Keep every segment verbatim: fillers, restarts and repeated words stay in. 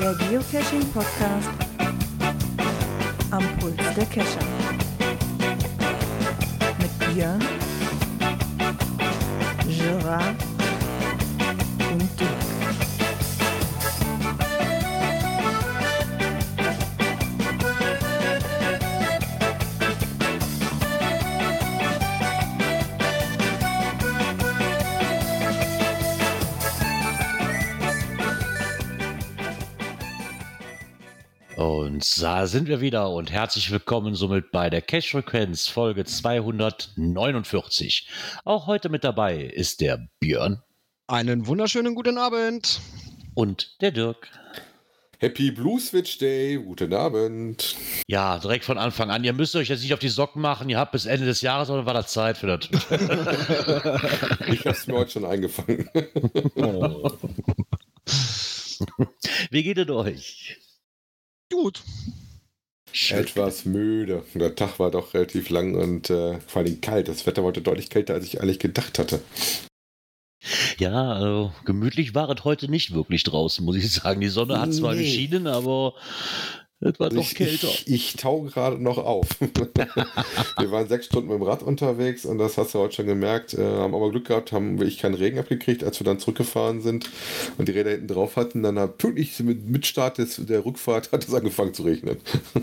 Der Geocaching-Podcast am Puls der Cacher. Mit Björn, Gerard und Dirk. Und da sind wir wieder und herzlich willkommen somit bei der Cache-Frequenz Folge zweihundertneunundvierzig. Auch heute mit dabei ist der Björn. Einen wunderschönen guten Abend. Und der Dirk. Happy Blue Switch Day, guten Abend. Ja, direkt von Anfang an. Ihr müsst euch jetzt nicht auf die Socken machen, ihr habt bis Ende des Jahres, oder war das Zeit für das? Ich hab's mir heute schon eingefangen. Oh. Wie geht es euch? Gut. Schön. Etwas müde. Der Tag war doch relativ lang und äh, vor allem kalt. Das Wetter war heute deutlich kälter, als ich eigentlich gedacht hatte. Ja, also, gemütlich war es heute nicht wirklich draußen, muss ich sagen. Die Sonne hat zwar Nee. geschienen, aber es war Also doch ich, kälter. Ich, ich tau gerade noch auf. Wir waren sechs Stunden mit dem Rad unterwegs und das hast du heute schon gemerkt. Äh, haben aber Glück gehabt, haben wirklich keinen Regen abgekriegt, als wir dann zurückgefahren sind und die Räder hinten drauf hatten. Dann hat pünktlich mit, mit Start des, der Rückfahrt hat es angefangen zu regnen.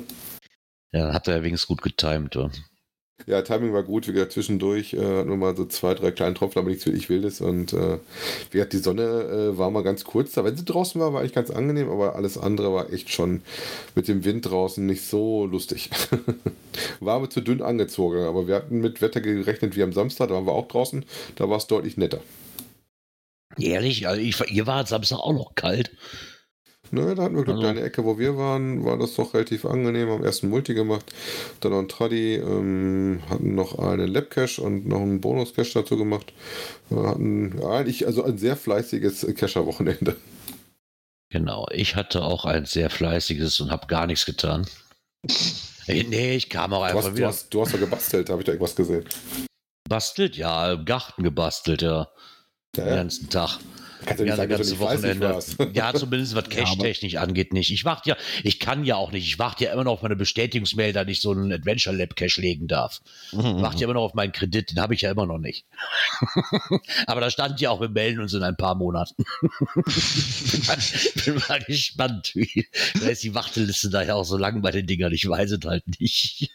Ja, hat er ja wenigstens gut getimt. Ja. Ja, Timing war gut, wie gesagt, zwischendurch äh, hatten wir mal so zwei, drei kleine Tropfen, aber nichts wirklich Wildes und äh, wie gesagt, die Sonne äh, war mal ganz kurz da. Wenn sie draußen war, war eigentlich ganz angenehm, aber alles andere war echt schon mit dem Wind draußen nicht so lustig. War aber zu dünn angezogen, aber wir hatten mit Wetter gerechnet wie am Samstag, da waren wir auch draußen, da war es deutlich netter. Ehrlich, also ich, ihr wart Samstag auch noch kalt. Ne, da hatten wir Glück, Also- da in der Ecke, wo wir waren, war das doch relativ angenehm. Haben erst einen Multi gemacht, dann noch einen Traddy, ähm, hatten noch einen Labcache und noch einen Bonus-Cache dazu gemacht. Wir hatten eigentlich also ein sehr fleißiges Cacher-Wochenende. Genau, ich hatte auch ein sehr fleißiges und habe gar nichts getan. Äh, Nee, ich kam auch Du einfach hast, du wieder. hast, du hast doch gebastelt, da habe ich da irgendwas gesehen. Bastelt, ja, im Garten gebastelt, ja. Den Ja, ja. ganzen Tag. Kannst du Ja, nicht das sagen, ganze dass du nicht Wochenende. fleißig warst. Ja, zumindest was Ja, aber- Cache-technisch angeht, nicht. Ich warte ja, ich kann ja auch nicht. Ich warte ja immer noch auf meine Bestätigungsmail, dass ich so einen Adventure Lab Cache legen darf. Ich warte ja immer noch auf meinen Kredit, den habe ich ja immer noch nicht. Aber da stand ja auch, wir melden uns in ein paar Monaten. bin, mal, bin mal gespannt. Wie, da ist die Warteliste daher auch so lang bei den Dingern. Ich weiß es halt nicht.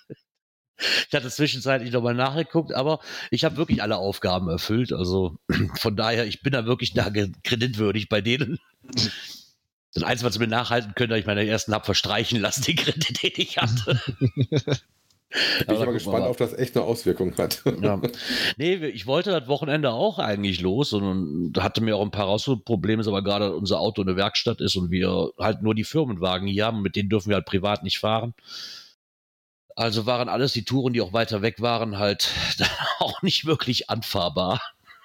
Ich hatte zwischenzeitlich nochmal nachgeguckt, aber ich habe wirklich alle Aufgaben erfüllt. Also von daher, ich bin da wirklich da ge- kreditwürdig bei denen. Das Einzige, was sie mir nachhalten können, dass ich meine ersten hab verstreichen lassen, die Kredite, den ich hatte. Ich bin da mal gucken gespannt, wir ob das echt eine Auswirkung hat. Ja. Nee, ich wollte das Wochenende auch eigentlich los und hatte mir auch ein paar Rausprobleme, aber gerade unser Auto eine Werkstatt ist und wir halt nur die Firmenwagen hier haben, mit denen dürfen wir halt privat nicht fahren. Also waren alles die Touren, die auch weiter weg waren, halt dann auch nicht wirklich anfahrbar.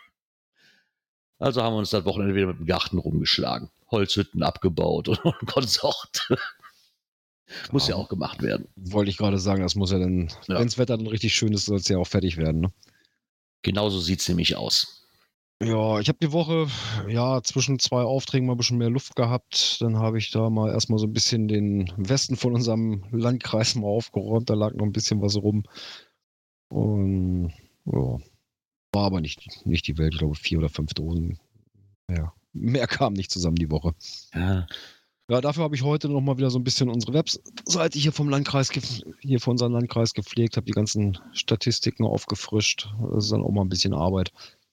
Also haben wir uns das Wochenende wieder mit dem Garten rumgeschlagen. Holzhütten abgebaut und, und Konsort. Muss ja auch gemacht werden. Wollte ich gerade sagen, das muss ja dann, Ja. wenn das Wetter dann richtig schön ist, soll es ja auch fertig werden. Ne? Genauso sieht es nämlich aus. Ja, ich habe die Woche ja zwischen zwei Aufträgen mal ein bisschen mehr Luft gehabt. Dann habe ich da mal erstmal so ein bisschen den Westen von unserem Landkreis mal aufgeräumt. Da lag noch ein bisschen was rum. Und ja, war aber nicht, nicht die Welt. Ich glaube, vier oder fünf Dosen. Ja, mehr kam nicht zusammen die Woche. Ja, Ja, dafür habe ich heute noch mal wieder so ein bisschen unsere Webseite hier vom Landkreis, gef- hier von unserem Landkreis gepflegt, habe die ganzen Statistiken aufgefrischt. Das ist dann auch mal ein bisschen Arbeit.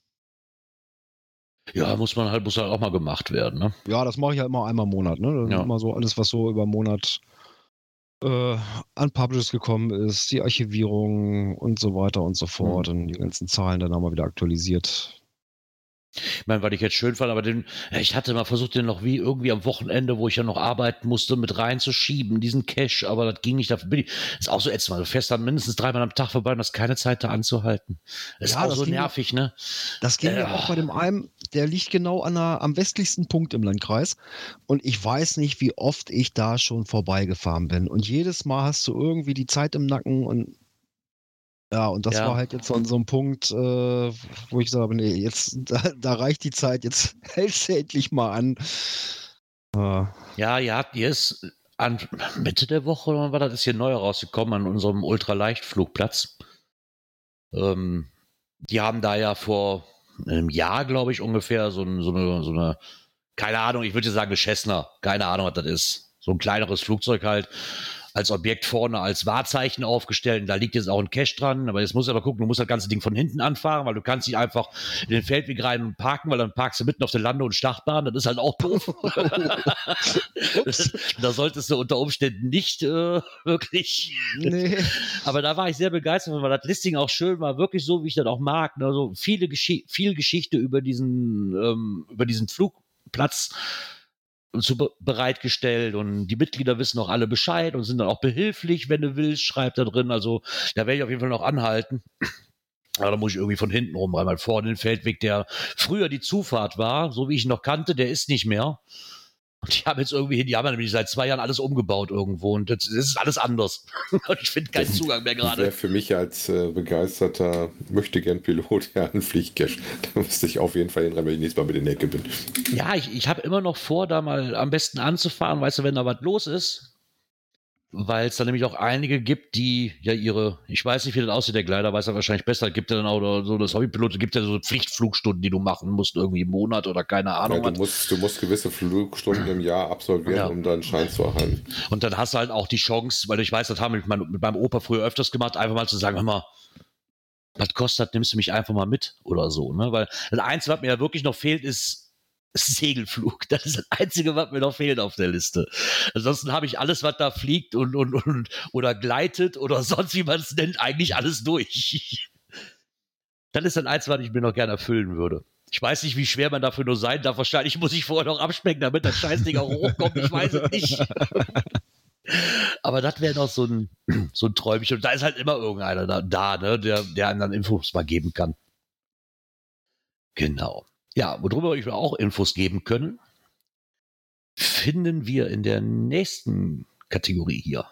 ja muss man halt, muss halt auch mal gemacht werden, ne? Ja, das mache ich halt immer einmal im Monat. Ne? Dann Ja. Immer so alles, was so über den Monat äh, an Publish gekommen ist, die Archivierung und so weiter und so fort und die ganzen Zahlen dann haben wir wieder aktualisiert. Ich meine, weil ich jetzt schön fand, aber den, ja, ich hatte mal versucht, den noch wie irgendwie am Wochenende, wo ich ja noch arbeiten musste, mit reinzuschieben, diesen Cache, aber das ging nicht. Dafür bin ich, ist auch so ätzend, du fährst dann mindestens dreimal am Tag vorbei und hast keine Zeit da anzuhalten. Das ist Ja, auch das so ging- nervig, ne? Das ging Äh. ja auch bei dem einen, der liegt genau an der, am westlichsten Punkt im Landkreis. Und ich weiß nicht, wie oft ich da schon vorbeigefahren bin. Und jedes Mal hast du irgendwie die Zeit im Nacken und ja, und das Ja. war halt jetzt so, so ein Punkt, äh, wo ich sage, nee, jetzt, da, da reicht die Zeit, jetzt hältst du endlich mal an. Äh, Ja, ihr habt jetzt an Mitte der Woche, oder wann war das, ist hier neu rausgekommen an unserem Ultraleichtflugplatz. Ähm, die haben da ja vor einem Jahr, glaube ich, ungefähr so, ein, so, eine, so eine, keine Ahnung, ich würde sagen eine Cessna, keine Ahnung, was das ist. So ein kleineres Flugzeug halt, als Objekt vorne als Wahrzeichen aufgestellt. Und da liegt jetzt auch ein Cache dran, aber jetzt musst du aber gucken, du musst das ganze Ding von hinten anfahren, weil du kannst nicht einfach in den Feldweg rein und parken, weil dann parkst du mitten auf der Lande- und Startbahn, das ist halt auch doof. Da solltest du unter Umständen nicht äh, wirklich. nee. Aber da war ich sehr begeistert, weil das Listing auch schön war, wirklich so, wie ich das auch mag. Ne? Also viele Gesch- viel Geschichte über diesen, ähm, über diesen Flugplatz zu be- bereitgestellt und die Mitglieder wissen auch alle Bescheid und sind dann auch behilflich, wenn du willst, schreibt da drin. Also da werde ich auf jeden Fall noch anhalten. Aber da muss ich irgendwie von hinten rum rein, weil vorne den Feldweg, der früher die Zufahrt war, so wie ich ihn noch kannte, der ist nicht mehr. Und die haben jetzt irgendwie, die haben nämlich seit zwei Jahren alles umgebaut irgendwo und das, das ist alles anders. Und ich finde keinen Zugang mehr Das wäre gerade. für mich als äh, begeisterter Möchtegern-Pilot ja ein Pflichtcache. Da müsste ich auf jeden Fall hinrennen, wenn ich nächstes Mal mit in der Ecke bin. Ja, ich, ich habe immer noch vor, da mal am besten anzufahren, weißt du, wenn da was los ist. Weil es da nämlich auch einige gibt, die ja ihre, ich weiß nicht, wie das aussieht, der Gleiter weiß er wahrscheinlich besser, gibt ja dann auch oder so, das Hobbypilot, gibt ja so Pflichtflugstunden, die du machen musst, irgendwie im Monat oder keine Ahnung. Ja, du, was. musst, du musst gewisse Flugstunden im Jahr absolvieren, Ja. um deinen Schein zu erhalten. Und dann hast du halt auch die Chance, weil ich weiß, das haben wir mit, mein, mit meinem Opa früher öfters gemacht, einfach mal zu sagen, hör mal, was kostet, nimmst du mich einfach mal mit oder so, ne? Weil das Einzige, was mir ja wirklich noch fehlt, ist Segelflug. Das ist das Einzige, was mir noch fehlt auf der Liste. Ansonsten habe ich alles, was da fliegt und, und, und oder gleitet oder sonst, wie man es nennt, eigentlich alles durch. Das ist das Einzige, was ich mir noch gerne erfüllen würde. Ich weiß nicht, wie schwer man dafür nur sein darf. Wahrscheinlich muss ich vorher noch abspecken, damit das Scheißding auch hochkommt. Ich weiß es nicht. Aber das wäre noch so ein, so ein Träumchen. Und da ist halt immer irgendeiner da, da ne, der, der einem dann Infos mal geben kann. Genau. Ja, worüber wir auch Infos geben können, finden wir in der nächsten Kategorie hier.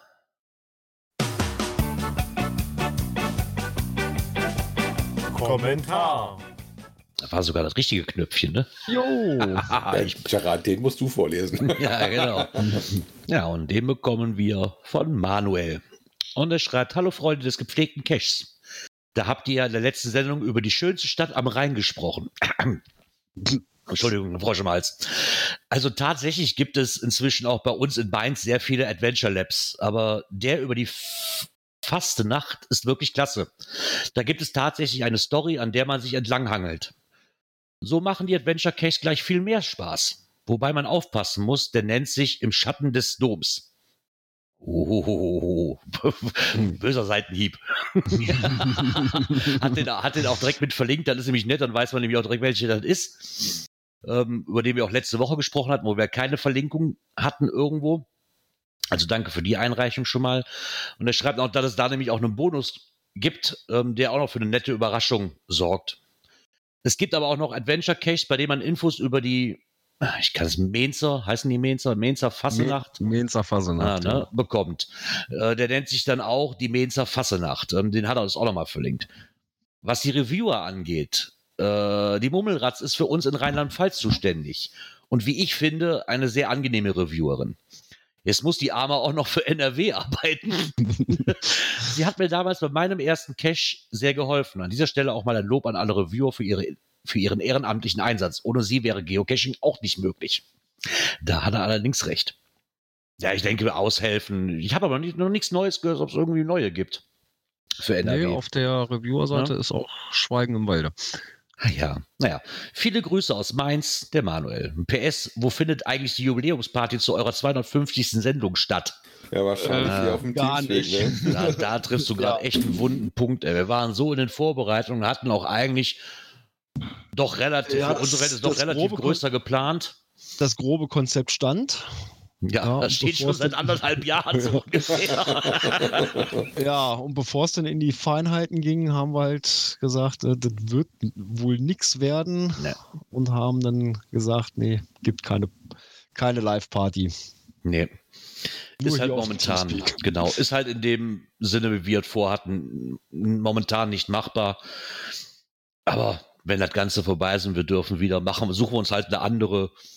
Kommentar. Da war sogar das richtige Knöpfchen, ne? Jo. Ah, ich, Gerard, den musst du vorlesen. ja, genau. Ja, und den bekommen wir von Manuel. Und er schreibt, hallo Freunde des gepflegten Caches. Da habt ihr ja in der letzten Sendung über die schönste Stadt am Rhein gesprochen. Entschuldigung, Frosch im Hals. Also tatsächlich gibt es inzwischen auch bei uns in Mainz sehr viele Adventure Labs, aber der über die f- faste Nacht ist wirklich klasse. Da gibt es tatsächlich eine Story, an der man sich entlanghangelt. So machen die Adventure Caches gleich viel mehr Spaß. Wobei man aufpassen muss, der nennt sich Im Schatten des Doms. Oh, böser Seitenhieb. hat, den, hat den auch direkt mit verlinkt, das ist nämlich nett, dann weiß man nämlich auch direkt, welche das ist. Ähm, über den wir auch letzte Woche gesprochen hatten, wo wir keine Verlinkung hatten irgendwo. Also danke für die Einreichung schon mal. Und er schreibt auch, dass es da nämlich auch einen Bonus gibt, ähm, der auch noch für eine nette Überraschung sorgt. Es gibt aber auch noch Adventure Caches, bei denen man Infos über die, ich kann es Mainzer, heißen die Mainzer, Mainzer Fassenacht? Mainzer Fassenacht. Ah, ne, bekommt. Äh, der nennt sich dann auch die Mainzer Fassenacht. Ähm, den hat er uns auch nochmal verlinkt. Was die Reviewer angeht, äh, die Mummelratz ist für uns in Rheinland-Pfalz zuständig. Und wie ich finde, eine sehr angenehme Reviewerin. Jetzt muss die Arme auch noch für N R W arbeiten. Sie hat mir damals bei meinem ersten Cache sehr geholfen. An dieser Stelle auch mal ein Lob an alle Reviewer für, ihre, für ihren ehrenamtlichen Einsatz. Ohne sie wäre Geocaching auch nicht möglich. Da hat er allerdings recht. Ja, ich denke, aushelfen. Ich habe aber nicht, noch nichts Neues gehört, ob es irgendwie neue gibt. Für N R W. Nee, auf der Reviewer-Seite Ja. ist auch Schweigen im Walde. Ah ja, naja. Viele Grüße aus Mainz, der Manuel. P S, wo findet eigentlich die Jubiläumsparty zu eurer zweihundertfünfzigsten Sendung statt? Ja, wahrscheinlich Äh, hier auf dem gar Teamsweg, ne? Da, da triffst du gerade echt einen wunden Punkt. Ey. Wir waren so in den Vorbereitungen, hatten auch eigentlich doch relativ, Ja, für unsere Welt ist doch das relativ grobe größer geplant. Das grobe Konzept stand. Ja, Ja, das steht schon bevor es seit dann- anderthalb Jahren so ungefähr. Ja, und bevor es dann in die Feinheiten ging, haben wir halt gesagt, äh, das wird wohl nichts werden. Nee. Und haben dann gesagt, nee, gibt keine, keine Live-Party. Nee. Nur Ist halt hier auf dem momentan, Teamspeak. genau, ist halt in dem Sinne, wie wir es vorhatten, momentan nicht machbar. Aber wenn das Ganze vorbei ist und wir dürfen wieder machen, suchen wir uns halt eine andere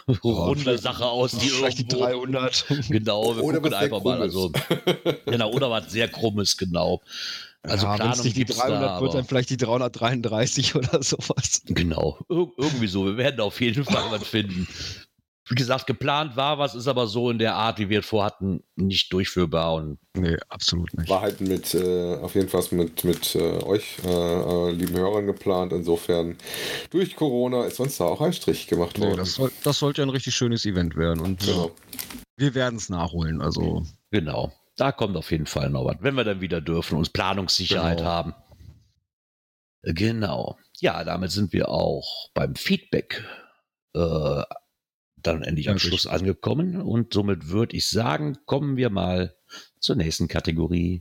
runde Sache aus, die vielleicht die irgendwo, dreihundert. Genau, wir Oder gucken was sehr einfach mal. Krummes. Also, genau, oder was sehr Krummes, genau. Also ja, wenn es Planung nicht die gibt's da, dreihundert wird, aber dann vielleicht die dreihundertdreiunddreißig oder sowas. genau, Ir irgendwie so. Wir werden auf jeden Fall was finden. Wie gesagt, geplant war was, ist aber so in der Art, wie wir es vorhatten, nicht durchführbar. Und Nee, absolut nicht. War halt mit, äh, auf jeden Fall mit, mit äh, euch, äh, äh, lieben Hörern, geplant. Insofern, durch Corona ist uns da auch ein Strich gemacht Nee, worden. das, soll, das sollte ein richtig schönes Event werden. Und Genau. wir werden es nachholen. Also genau, da kommt auf jeden Fall noch was, wenn wir dann wieder dürfen, uns Planungssicherheit Genau. haben. Genau. Ja, damit sind wir auch beim Feedback äh, dann endlich Ja, am Schluss richtig. angekommen. Und somit würde ich sagen, kommen wir mal zur nächsten Kategorie.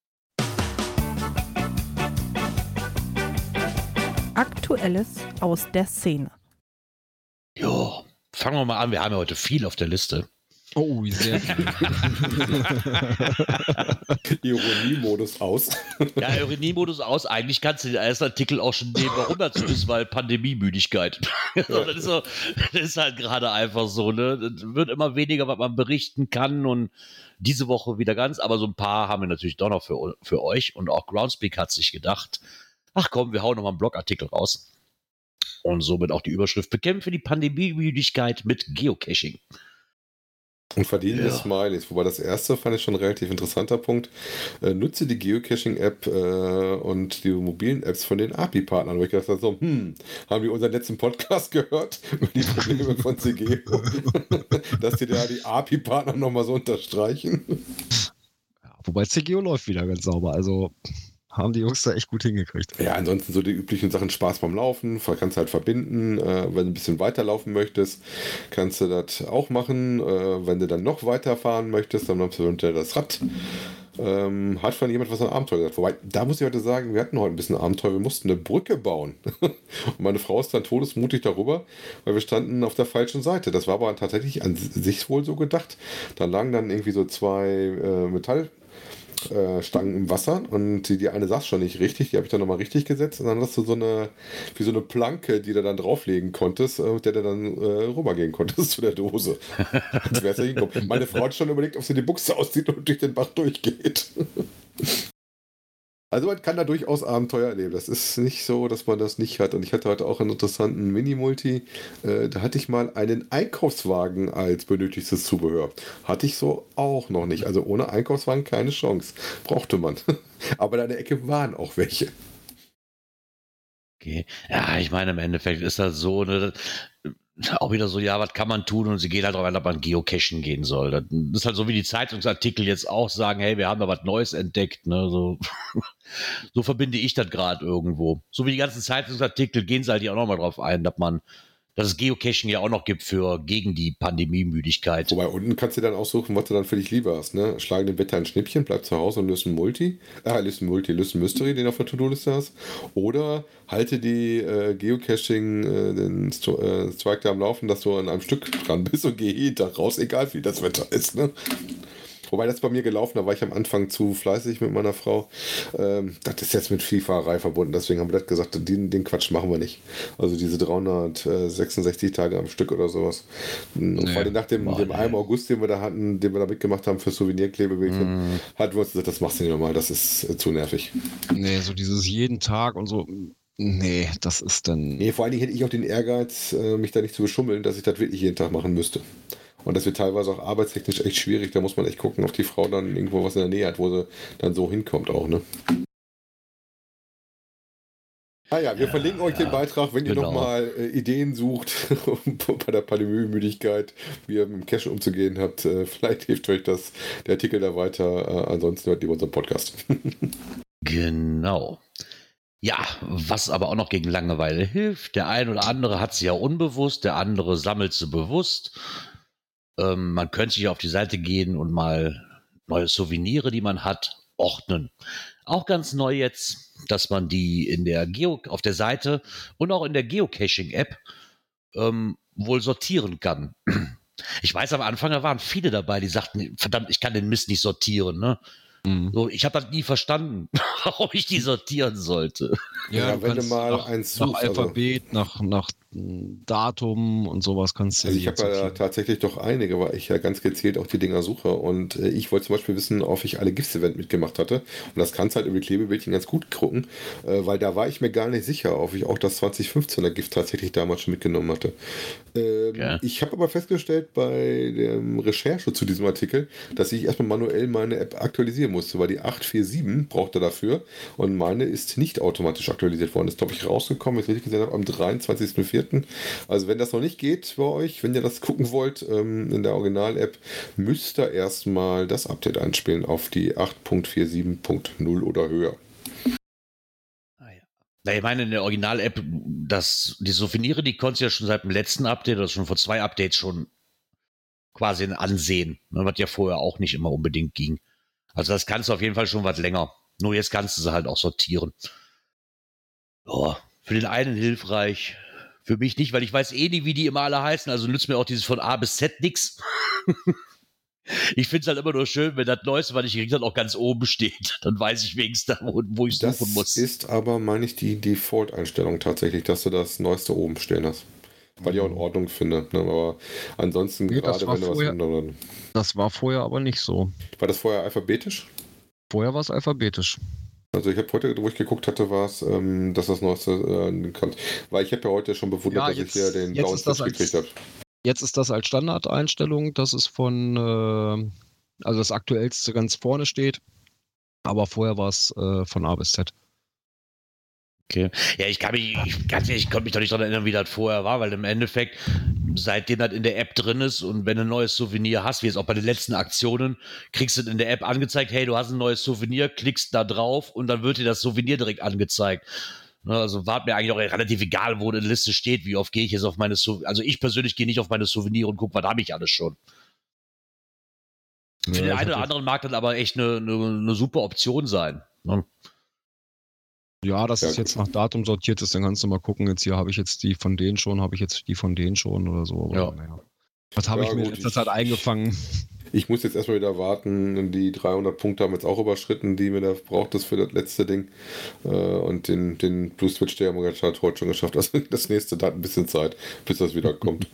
Aktuelles aus der Szene. Jo, fangen wir mal an. Wir haben ja heute viel auf der Liste. Oh, sehr viel. Ironiemodus aus. Ja, Ironiemodus aus. Eigentlich kannst du den ersten Artikel auch schon nehmen, warum dazu ist, weil Pandemiemüdigkeit. So, das, ist so, das ist halt gerade einfach so. Ne? Das wird immer weniger, was man berichten kann. Und diese Woche wieder ganz. Aber so ein paar haben wir natürlich doch noch für, für euch. Und auch Groundspeak hat sich gedacht, ach komm, wir hauen noch mal einen Blogartikel raus. Und somit auch die Überschrift: Bekämpfe die Pandemiemüdigkeit mit Geocaching. Und verdienen Ja. ja. Smileys. Wobei das erste fand ich schon ein relativ interessanter Punkt. Äh, nutze die Geocaching-App äh, und die mobilen Apps von den A P I-Partnern. Wo ich gedacht habe, so, hm, haben wir unseren letzten Podcast gehört? Über die Probleme von C G O. Dass die da die A P I-Partner nochmal so unterstreichen. Ja, wobei C G O läuft wieder ganz sauber. Also haben die Jungs da echt gut hingekriegt. Ja, ansonsten so die üblichen Sachen: Spaß beim Laufen, kannst halt verbinden. Äh, wenn du ein bisschen weiterlaufen möchtest, kannst du das auch machen. Äh, wenn du dann noch weiterfahren möchtest, dann nimmst du unter das Rad. Ähm, hat von jemand was an Abenteuer gesagt. Wobei, da muss ich heute sagen, wir hatten heute ein bisschen Abenteuer. Wir mussten eine Brücke bauen. Und meine Frau ist dann todesmutig darüber, weil wir standen auf der falschen Seite. Das war aber tatsächlich an sich wohl so gedacht. Da lagen dann irgendwie so zwei äh, Metall äh, Stangen im Wasser und die, die eine saß schon nicht richtig, die habe ich dann nochmal richtig gesetzt und dann hast du so eine, wie so eine Planke, die du dann drauflegen konntest, äh, mit der du dann äh, rübergehen konntest zu der Dose. Jetzt wär's ja hingekommen. Meine Frau hat schon überlegt, ob sie die Buchse auszieht und durch den Bach durchgeht. Also man kann da durchaus Abenteuer erleben. Das ist nicht so, dass man das nicht hat. Und ich hatte heute auch einen interessanten Mini-Multi. Äh, da hatte ich mal einen Einkaufswagen als benötigtes Zubehör. Hatte ich so auch noch nicht. Also ohne Einkaufswagen keine Chance. Brauchte man. Aber da in der Ecke waren auch welche. Okay. Ja, ich meine, im Endeffekt ist das so, ne, auch wieder so, ja, was kann man tun? Und sie gehen halt darauf ein, ob man geocachen gehen soll. Das ist halt so, wie die Zeitungsartikel jetzt auch sagen, hey, wir haben da was Neues entdeckt. Ne? So, so verbinde ich das gerade irgendwo. So wie die ganzen Zeitungsartikel gehen sie halt hier auch nochmal drauf ein, dass man, dass es Geocaching ja auch noch gibt für gegen die Pandemiemüdigkeit. Wobei unten kannst du dann aussuchen, was du dann für dich lieber hast. Ne? Schlagen dem Wetter ein Schnippchen, bleib zu Hause und löst ein Multi. Ah, löst ein Multi, löst ein Mystery, den du auf der To-Do-Liste hast. Oder halte die äh, Geocaching, äh, den St äh, Strike da am Laufen, dass du an einem Stück dran bist und geh jeden Tag raus, egal wie das Wetter ist. Ne? Wobei das bei mir gelaufen, da war ich am Anfang zu fleißig mit meiner Frau. Ähm, das ist jetzt mit Viehfahrerei verbunden, deswegen haben wir das gesagt, den, den Quatsch machen wir nicht. Also diese dreihundertsechsundsechzig Tage am Stück oder sowas. Und Nee. vor allem nach dem, Boah, dem nee. einen August, den wir da hatten, den wir da mitgemacht haben für Souvenirklebebildchen, Mm. hatten wir uns gesagt, das machst du nicht nochmal, das ist äh, zu nervig. Nee, so dieses jeden Tag und so. Nee, das ist dann. Nee, vor allen Dingen hätte ich auch den Ehrgeiz, äh, mich da nicht zu beschummeln, dass ich das wirklich jeden Tag machen müsste. Und das wird teilweise auch arbeitstechnisch echt schwierig. Da muss man echt gucken, ob die Frau dann irgendwo was in der Nähe hat, wo sie dann so hinkommt auch, ne? Ah ja, wir Ja, verlinken euch den ja, Beitrag, wenn ihr genau. nochmal äh, Ideen sucht bei der Pandemiemüdigkeit, wie ihr mit dem Cache umzugehen habt. Äh, vielleicht hilft euch das, der Artikel da weiter. Äh, ansonsten hört ihr unseren Podcast. Genau. Ja, was aber auch noch gegen Langeweile hilft. Der ein oder andere hat sie ja unbewusst, der andere sammelt sie bewusst. Ähm, man könnte sich auf die Seite gehen und mal neue Souvenire, die man hat, ordnen. Auch ganz neu jetzt, dass man die in der Geo auf der Seite und auch in der Geocaching-App ähm, wohl sortieren kann. Ich weiß, am Anfang da waren viele dabei, die sagten, verdammt, ich kann den Mist nicht sortieren. Ne? Mhm. So, ich habe das nie verstanden, warum ich die sortieren sollte. Ja, Ja, du wenn du kannst mal nach, eins nach suchst, also- Alphabet, nach, nach mm, Datum und sowas kannst du Also ich die habe ja sortieren. tatsächlich doch einige, weil ich ja ganz gezielt auch die Dinger suche. Und äh, ich wollte zum Beispiel wissen, ob ich alle GIFs-Event mitgemacht hatte. Und das kannst halt über die Klebebildchen ganz gut gucken, äh, weil da war ich mir gar nicht sicher, ob ich auch das zwanzig fünfzehner GIF tatsächlich damals schon mitgenommen hatte. Ähm, Ja. Ich habe aber festgestellt bei der Recherche zu diesem Artikel, dass ich erstmal manuell meine App aktualisieren musste, weil die acht vier sieben brauchte dafür und meine ist nicht automatisch aktualisiert worden. Das ist, glaube ich, rausgekommen, wenn ich richtig gesehen habe, am dreiundzwanzigsten vierten Also wenn das noch nicht geht bei euch, wenn ihr das gucken wollt, ähm, in der Original-App, müsst ihr erstmal das Update einspielen auf die acht Punkt siebenundvierzig Punkt null oder höher. Ah, ja. Na, ich meine, in der Original-App, das, die Souvenire, die konntest du ja schon seit dem letzten Update oder schon vor zwei Updates schon quasi ansehen, ne, was ja vorher auch nicht immer unbedingt ging. Also das kannst du auf jeden Fall schon was länger. Nur jetzt kannst du sie halt auch sortieren. Ja, für den einen hilfreich, für mich nicht, weil ich weiß eh nie, wie die immer alle heißen, also nützt mir auch dieses von A bis Z nix. Ich finde es halt immer nur schön, wenn das Neueste, was ich gekriegt habe, auch ganz oben steht. Dann weiß ich wenigstens, wo, wo ich Das suchen muss. ist aber, meine ich, die Default-Einstellung tatsächlich, dass du das Neueste oben stehen hast. Weil ich auch in Ordnung finde. Ne? Aber ansonsten, Nee, das gerade war wenn du was vorher- ändern. Das war vorher aber nicht so. War das vorher alphabetisch? Vorher war es alphabetisch. Also ich habe heute, wo ich geguckt hatte, war es, ähm, dass das Neueste äh, kann. Weil ich habe ja heute schon bewundert, Ja, dass jetzt- ich hier den jetzt blauen ist das Switch gekriegt habe. Jetzt ist das als Standardeinstellung, dass es von, äh, also das aktuellste ganz vorne steht. Aber vorher war es äh, von A bis Z. Okay. Ja, ich kann mich, ich, ganz ehrlich, ich konnte mich doch nicht daran erinnern, wie das vorher war, weil im Endeffekt, seitdem das in der App drin ist und wenn du ein neues Souvenir hast, wie jetzt auch bei den letzten Aktionen, kriegst du in der App angezeigt, hey, du hast ein neues Souvenir, klickst da drauf und dann wird dir das Souvenir direkt angezeigt. Ne, also war mir eigentlich auch relativ egal, wo die Liste steht, wie oft gehe ich jetzt auf meine Souvenir. Also ich persönlich gehe nicht auf meine Souvenir und gucke, was habe ich alles schon. Für Ja, den ich einen oder hatte- anderen mag das aber echt eine, eine, eine super Option sein. Ne? Ja, dass Ja, es jetzt nach Datum sortiert ist, dann kannst du mal gucken, jetzt hier habe ich jetzt die von denen schon, habe ich jetzt die von denen schon oder so. Aber Ja. naja. Was habe Ja, ich mir gut, in letzter ich- Zeit eingefangen? Ich muss jetzt erstmal wieder warten. Die dreihundert Punkte haben jetzt auch überschritten, die mir da braucht es für das letzte Ding. Äh, Und den, den Blue Switch, der haben wir gerade heute schon geschafft. Also das nächste, da hat ein bisschen Zeit, bis das wieder kommt.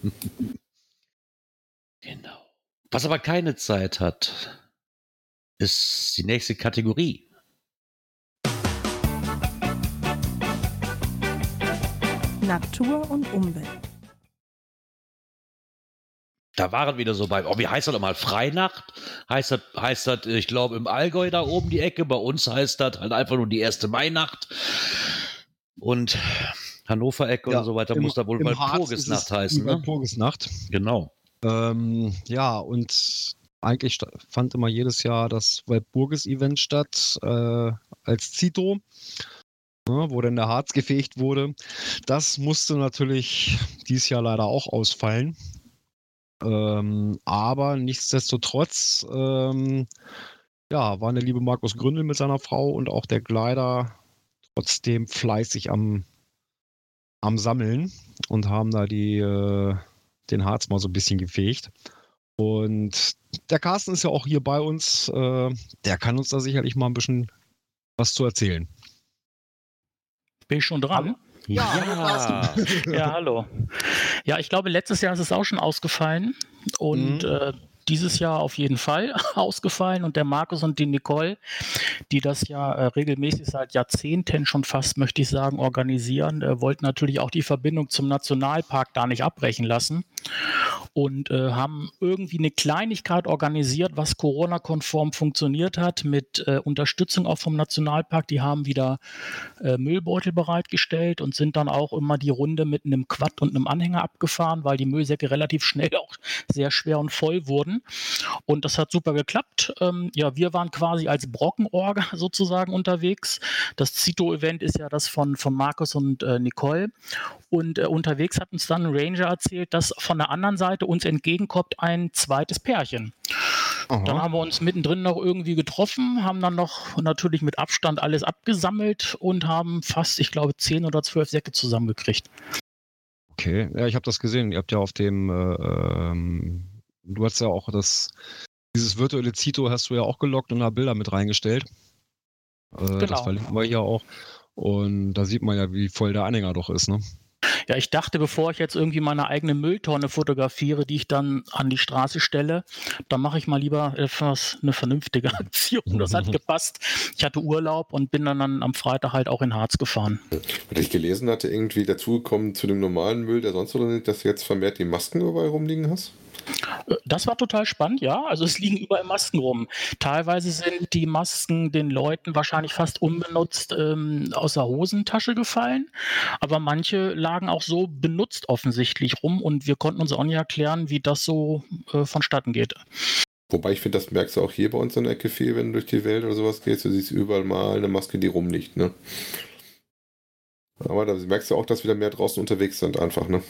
Genau. Was aber keine Zeit hat, ist die nächste Kategorie. Natur und Umwelt. Da waren wieder so bei, oh, wie heißt das nochmal? Freinacht? Heißt das, heißt das, ich glaube, im Allgäu da oben die Ecke. Bei uns heißt das halt einfach nur die erste Mainacht. Und Hannover-Ecke Ja, und so weiter im- muss da wohl im Harz Walpurgisnacht ist es heißen. die Ne? Walpurgisnacht. Genau. Ähm, ja, und eigentlich sta- fand immer jedes Jahr das Walpurgis-Event statt, äh, als Zito, ne, wo dann der Harz gefegt wurde. Das musste natürlich dieses Jahr leider auch ausfallen. Ähm, aber nichtsdestotrotz, ähm, ja, war der liebe Markus Gründel mit seiner Frau und auch der Gleiter trotzdem fleißig am, am Sammeln und haben da die, äh, den Harz mal so ein bisschen gefegt. Und der Carsten ist ja auch hier bei uns. Äh, der kann uns da sicherlich mal ein bisschen was zu erzählen. Bin ich schon dran? Ja. Ja, hallo. Ja, ich glaube, letztes Jahr ist es auch schon ausgefallen und Mhm. äh, dieses Jahr auf jeden Fall ausgefallen. Und der Markus und die Nicole, die das ja äh, regelmäßig seit Jahrzehnten schon fast, möchte ich sagen, organisieren, äh, wollten natürlich auch die Verbindung zum Nationalpark da nicht abbrechen lassen und äh, haben irgendwie eine Kleinigkeit organisiert, was Corona-konform funktioniert hat, mit äh, Unterstützung auch vom Nationalpark. Die haben wieder äh, Müllbeutel bereitgestellt und sind dann auch immer die Runde mit einem Quad und einem Anhänger abgefahren, weil die Müllsäcke relativ schnell auch sehr schwer und voll wurden. Und das hat super geklappt. Ähm, ja, wir waren quasi als Brockenorga sozusagen unterwegs. Das Zito-Event ist ja das von, von Markus und äh, Nicole. Und äh, unterwegs hat uns dann ein Ranger erzählt, dass von der anderen Seite uns entgegenkommt ein zweites Pärchen. Aha. Dann haben wir uns mittendrin noch irgendwie getroffen, haben dann noch natürlich mit Abstand alles abgesammelt und haben fast, ich glaube, zehn oder zwölf Säcke zusammengekriegt. Okay, ja, ich habe das gesehen. Ihr habt ja auf dem, äh, ähm, du hast ja auch das Dieses virtuelle Zito hast du ja auch gelockt und da Bilder mit reingestellt. Äh, Genau. Das verlinken wir hier auch. Und da sieht man ja, wie voll der Anhänger doch ist, ne? Ja, ich dachte, bevor ich jetzt irgendwie meine eigene Mülltonne fotografiere, die ich dann an die Straße stelle, dann mache ich mal lieber etwas eine vernünftige Aktion. Das hat gepasst. Ich hatte Urlaub und bin dann, dann am Freitag halt auch in Harz gefahren. Was ich gelesen hatte, irgendwie dazugekommen zu dem normalen Müll, der sonst oder nicht, dass du jetzt vermehrt die Masken überall rumliegen hast? Das war total spannend, ja. Also es liegen überall Masken rum. Teilweise sind die Masken den Leuten wahrscheinlich fast unbenutzt ähm, aus der Hosentasche gefallen, aber manche lagen auch so benutzt offensichtlich rum und wir konnten uns auch nicht erklären, wie das so äh, vonstatten geht. Wobei ich finde, das merkst du auch hier bei uns in der Ecke viel, wenn du durch die Welt oder sowas gehst, du siehst überall mal eine Maske, die rumliegt, ne? Aber da merkst du auch, dass wieder mehr draußen unterwegs sind einfach, ne?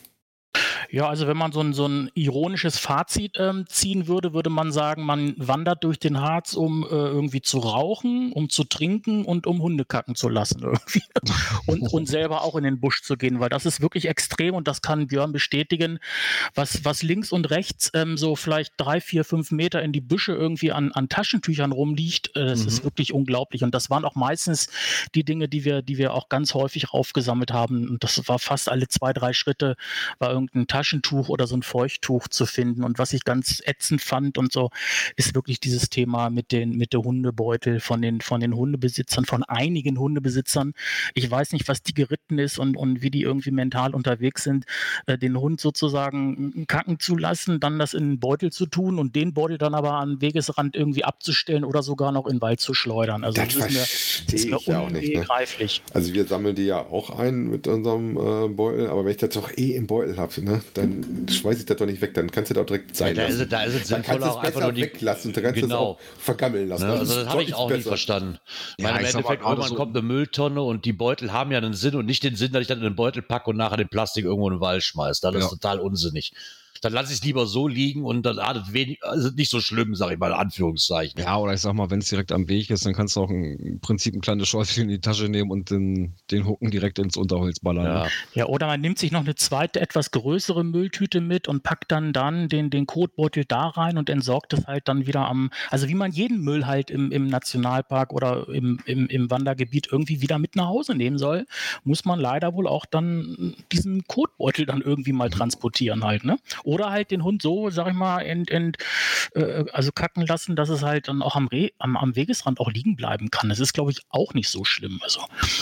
Ja, also wenn man so ein, so ein ironisches Fazit ähm, ziehen würde, würde man sagen, man wandert durch den Harz, um äh, irgendwie zu rauchen, um zu trinken und um Hunde kacken zu lassen irgendwie. Und, und selber auch in den Busch zu gehen, weil das ist wirklich extrem und das kann Björn bestätigen, was, was links und rechts ähm, so vielleicht drei, vier, fünf Meter in die Büsche irgendwie an, an Taschentüchern rumliegt, äh, das Mhm. ist wirklich unglaublich. Und das waren auch meistens die Dinge, die wir, die wir auch ganz häufig aufgesammelt haben. Und das war fast alle zwei, drei Schritte, war irgendein Taschentuch oder so ein Feuchttuch zu finden. Und was ich ganz ätzend fand und so, ist wirklich dieses Thema mit den mit der Hundebeutel von den, von den Hundebesitzern, von einigen Hundebesitzern. Ich weiß nicht, was die geritten ist und, und wie die irgendwie mental unterwegs sind, äh, den Hund sozusagen kacken zu lassen, dann das in den Beutel zu tun und den Beutel dann aber an Wegesrand irgendwie abzustellen oder sogar noch in den Wald zu schleudern. Also das, Das ist mir, verstehe das ist mir ich ja auch nicht, ne? unbegreiflich. Also wir sammeln die ja auch ein mit unserem äh, Beutel, aber wenn ich das doch eh im Beutel habe, ne, dann schmeiße ich das doch nicht weg, dann kannst du das auch direkt sein Ja, da lassen. ist es- da ist es dann kannst sinnvoller, du auch es einfach besser nur die- weglassen, dann kannst du Genau. es auch vergammeln lassen. Ne, also das habe ich deutlich auch nie besser. verstanden. Ja, Weil im ich sag mal, Endeffekt, gerade irgendwann so- kommt eine Mülltonne und die Beutel haben ja einen Sinn und nicht den Sinn, dass ich dann in den Beutel packe und nachher den Plastik irgendwo in den Wald schmeiße. Das ist Ja. total unsinnig. Dann lasse ich es lieber so liegen und dann hat es wenig, also nicht so schlimm, sage ich mal, in Anführungszeichen. Ja, oder ich sag mal, wenn es direkt am Weg ist, dann kannst du auch ein, im Prinzip ein kleines Schäufchen in die Tasche nehmen und den, den Hucken direkt ins Unterholz ballern. Ja. Ne? Ja, oder man nimmt sich noch eine zweite, etwas größere Mülltüte mit und packt dann dann den, den Kotbeutel da rein und entsorgt es halt dann wieder am, also wie man jeden Müll halt im, im Nationalpark oder im, im, im Wandergebiet irgendwie wieder mit nach Hause nehmen soll, muss man leider wohl auch dann diesen Kotbeutel dann irgendwie mal transportieren halt, ne? Oder halt den Hund so, sag ich mal, ent, ent, äh, also kacken lassen, dass es halt dann auch am, Re am, am Wegesrand auch liegen bleiben kann. Das ist, glaube ich, auch nicht so schlimm. Also.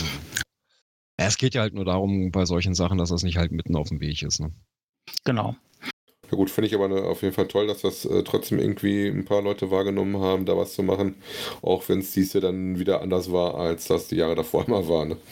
Ja, es geht ja halt nur darum, bei solchen Sachen, dass das nicht halt mitten auf dem Weg ist. Ne? Genau. Ja gut, finde ich aber ne, auf jeden Fall toll, dass das äh, trotzdem irgendwie ein paar Leute wahrgenommen haben, da was zu machen, auch wenn es dies Jahr dann wieder anders war, als das die Jahre davor immer war. Ne?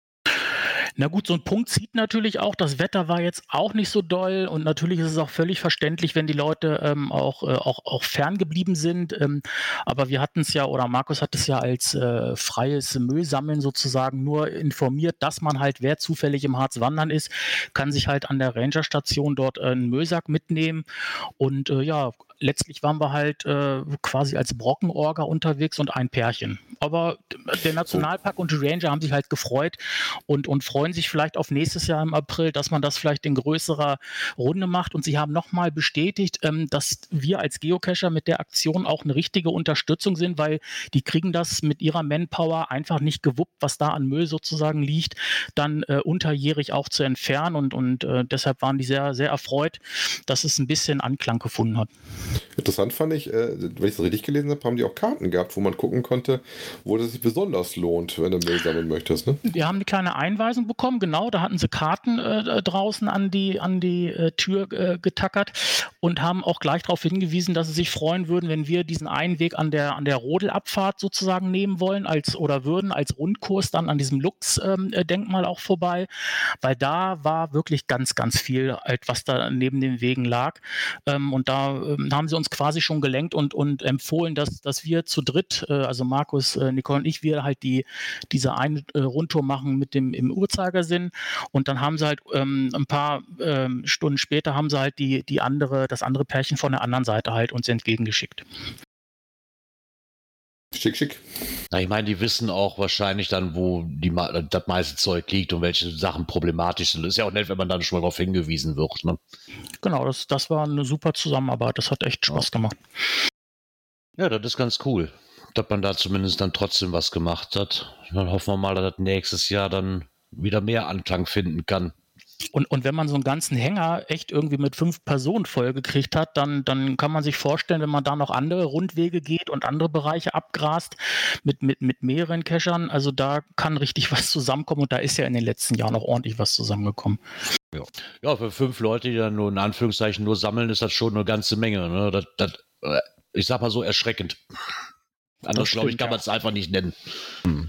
Na gut, so ein Punkt zieht natürlich auch. Das Wetter war jetzt auch nicht so doll und natürlich ist es auch völlig verständlich, wenn die Leute ähm, auch, äh, auch, auch ferngeblieben sind. Ähm, aber wir hatten es ja, oder Markus hat es ja als äh, freies Müllsammeln sozusagen nur informiert, dass man halt, wer zufällig im Harz wandern ist, kann sich halt an der Rangerstation dort äh, einen Müllsack mitnehmen. Und äh, ja, letztlich waren wir halt äh, quasi als Brockenorga unterwegs und ein Pärchen. Aber der Nationalpark und die Ranger haben sich halt gefreut und, und freuen sich vielleicht auf nächstes Jahr im April, dass man das vielleicht in größerer Runde macht. Und sie haben nochmal bestätigt, ähm, dass wir als Geocacher mit der Aktion auch eine richtige Unterstützung sind, weil die kriegen das mit ihrer Manpower einfach nicht gewuppt, was da an Müll sozusagen liegt, dann äh, unterjährig auch zu entfernen. Und, und äh, deshalb waren die sehr, sehr erfreut, dass es ein bisschen Anklang gefunden hat. Interessant fand ich, äh, wenn ich es richtig gelesen habe, haben die auch Karten gehabt, wo man gucken konnte, wo das sich besonders lohnt, wenn du Müll sammeln möchtest. Ne? Wir haben eine kleine Einweisung bekommen, genau, da hatten sie Karten äh, draußen an die, an die äh, Tür äh, getackert und haben auch gleich darauf hingewiesen, dass sie sich freuen würden, wenn wir diesen einen Weg an der, an der Rodelabfahrt sozusagen nehmen wollen als, oder würden als Rundkurs dann an diesem Lux-Denkmal ähm, auch vorbei, weil da war wirklich ganz, ganz viel, halt, was da neben den Wegen lag. Ähm, und da ähm, haben sie uns quasi schon gelenkt und, und empfohlen, dass, dass wir zu dritt, äh, also Markus, äh, Nicole und ich, wir halt die, diese eine äh, Rundtour machen mit dem im Uhrzeigersinn und dann haben sie halt ähm, ein paar ähm, Stunden später haben sie halt die, die andere, das andere Pärchen von der anderen Seite halt uns entgegengeschickt. Schick, schick. Na, ich meine, die wissen auch wahrscheinlich dann, wo die, das meiste Zeug liegt und welche Sachen problematisch sind. Das ist ja auch nett, wenn man dann schon mal darauf hingewiesen wird. Ne? Genau, das, das war eine super Zusammenarbeit. Das hat echt Spaß gemacht. Ja, das ist ganz cool, dass man da zumindest dann trotzdem was gemacht hat. Dann hoffen wir mal, dass das nächstes Jahr dann wieder mehr Anklang finden kann. Und, und wenn man so einen ganzen Hänger echt irgendwie mit fünf Personen vollgekriegt hat, dann, dann kann man sich vorstellen, wenn man da noch andere Rundwege geht und andere Bereiche abgrast mit, mit, mit mehreren Cachern, also da kann richtig was zusammenkommen und da ist ja in den letzten Jahren auch ordentlich was zusammengekommen. Ja, ja, für fünf Leute, die dann nur in Anführungszeichen nur sammeln, ist das schon eine ganze Menge. Ne? Das, das, ich sag mal so erschreckend. Anders, glaube ich, kann man es einfach nicht nennen. Hm.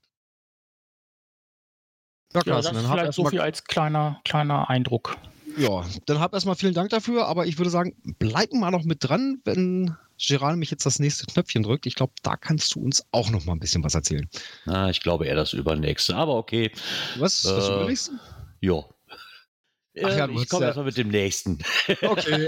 Ja, Ja, Carsten, das ist dann hab vielleicht so erstmal- viel als kleiner, kleiner Eindruck. Ja, dann habt erstmal vielen Dank dafür, aber ich würde sagen, bleib mal noch mit dran, wenn Gerald mich jetzt das nächste Knöpfchen drückt. Ich glaube, da kannst du uns auch noch mal ein bisschen was erzählen. Na, ich glaube eher das Übernächste, aber okay. Was? Das Äh, überlegst du? Ja. Ach ja, Äh, du ich hast komme ja- erstmal mit dem nächsten. Okay.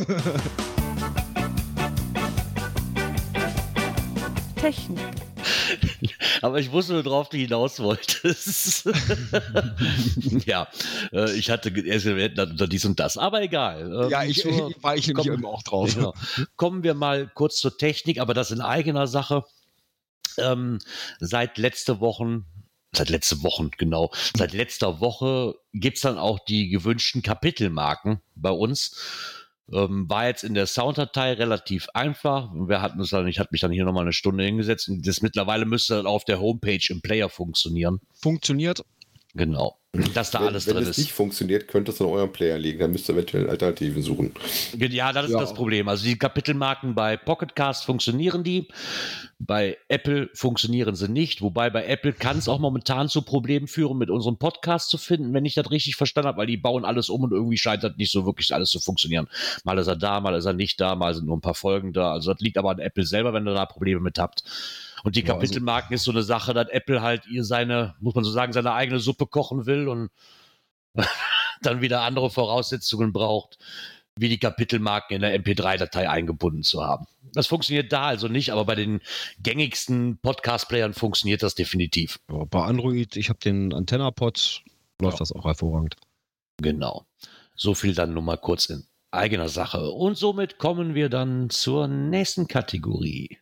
Technik. Aber ich wusste, worauf du hinaus wolltest. Ja, äh, ich hatte erst erwähnt, unter dies und das, aber egal. Ähm, Ja, ich, zur- ich war ich nämlich komm- immer auch drauf. Genau. Kommen wir mal kurz zur Technik, aber das in eigener Sache. Ähm, seit letzte Wochen, seit letzte Wochen, genau, seit letzter Woche gibt es dann auch die gewünschten Kapitelmarken bei uns. Ähm, war jetzt in der Sounddatei relativ einfach. Wir hatten es dann, ich hatte mich dann hier nochmal eine Stunde hingesetzt und das mittlerweile müsste dann auf der Homepage im Player funktionieren. Funktioniert. Genau. Dass da wenn, alles wenn drin es ist. nicht funktioniert, könnte es an eurem Player liegen. Dann müsst ihr eventuell Alternativen suchen. Ja, das ist Ja. das Problem. Also die Kapitelmarken bei Pocketcast funktionieren die, bei Apple funktionieren sie nicht, wobei bei Apple kann es auch momentan zu Problemen führen, mit unserem Podcast zu finden, wenn ich das richtig verstanden habe, weil die bauen alles um und irgendwie scheint das nicht so wirklich alles zu funktionieren. Mal ist er da, mal ist er nicht da, mal sind nur ein paar Folgen da. Also das liegt aber an Apple selber, wenn ihr da Probleme mit habt. Und die Ja, also- Kapitelmarken ist so eine Sache, dass Apple halt ihr seine, muss man so sagen, seine eigene Suppe kochen will und dann wieder andere Voraussetzungen braucht, wie die Kapitelmarken in der M P drei Datei eingebunden zu haben. Das funktioniert da also nicht, aber bei den gängigsten Podcast-Playern funktioniert das definitiv. Ja, bei Android, ich habe den Antenna-Pod, läuft Ja. das auch hervorragend. Genau. So viel dann nur mal kurz in eigener Sache. Und somit kommen wir dann zur nächsten Kategorie.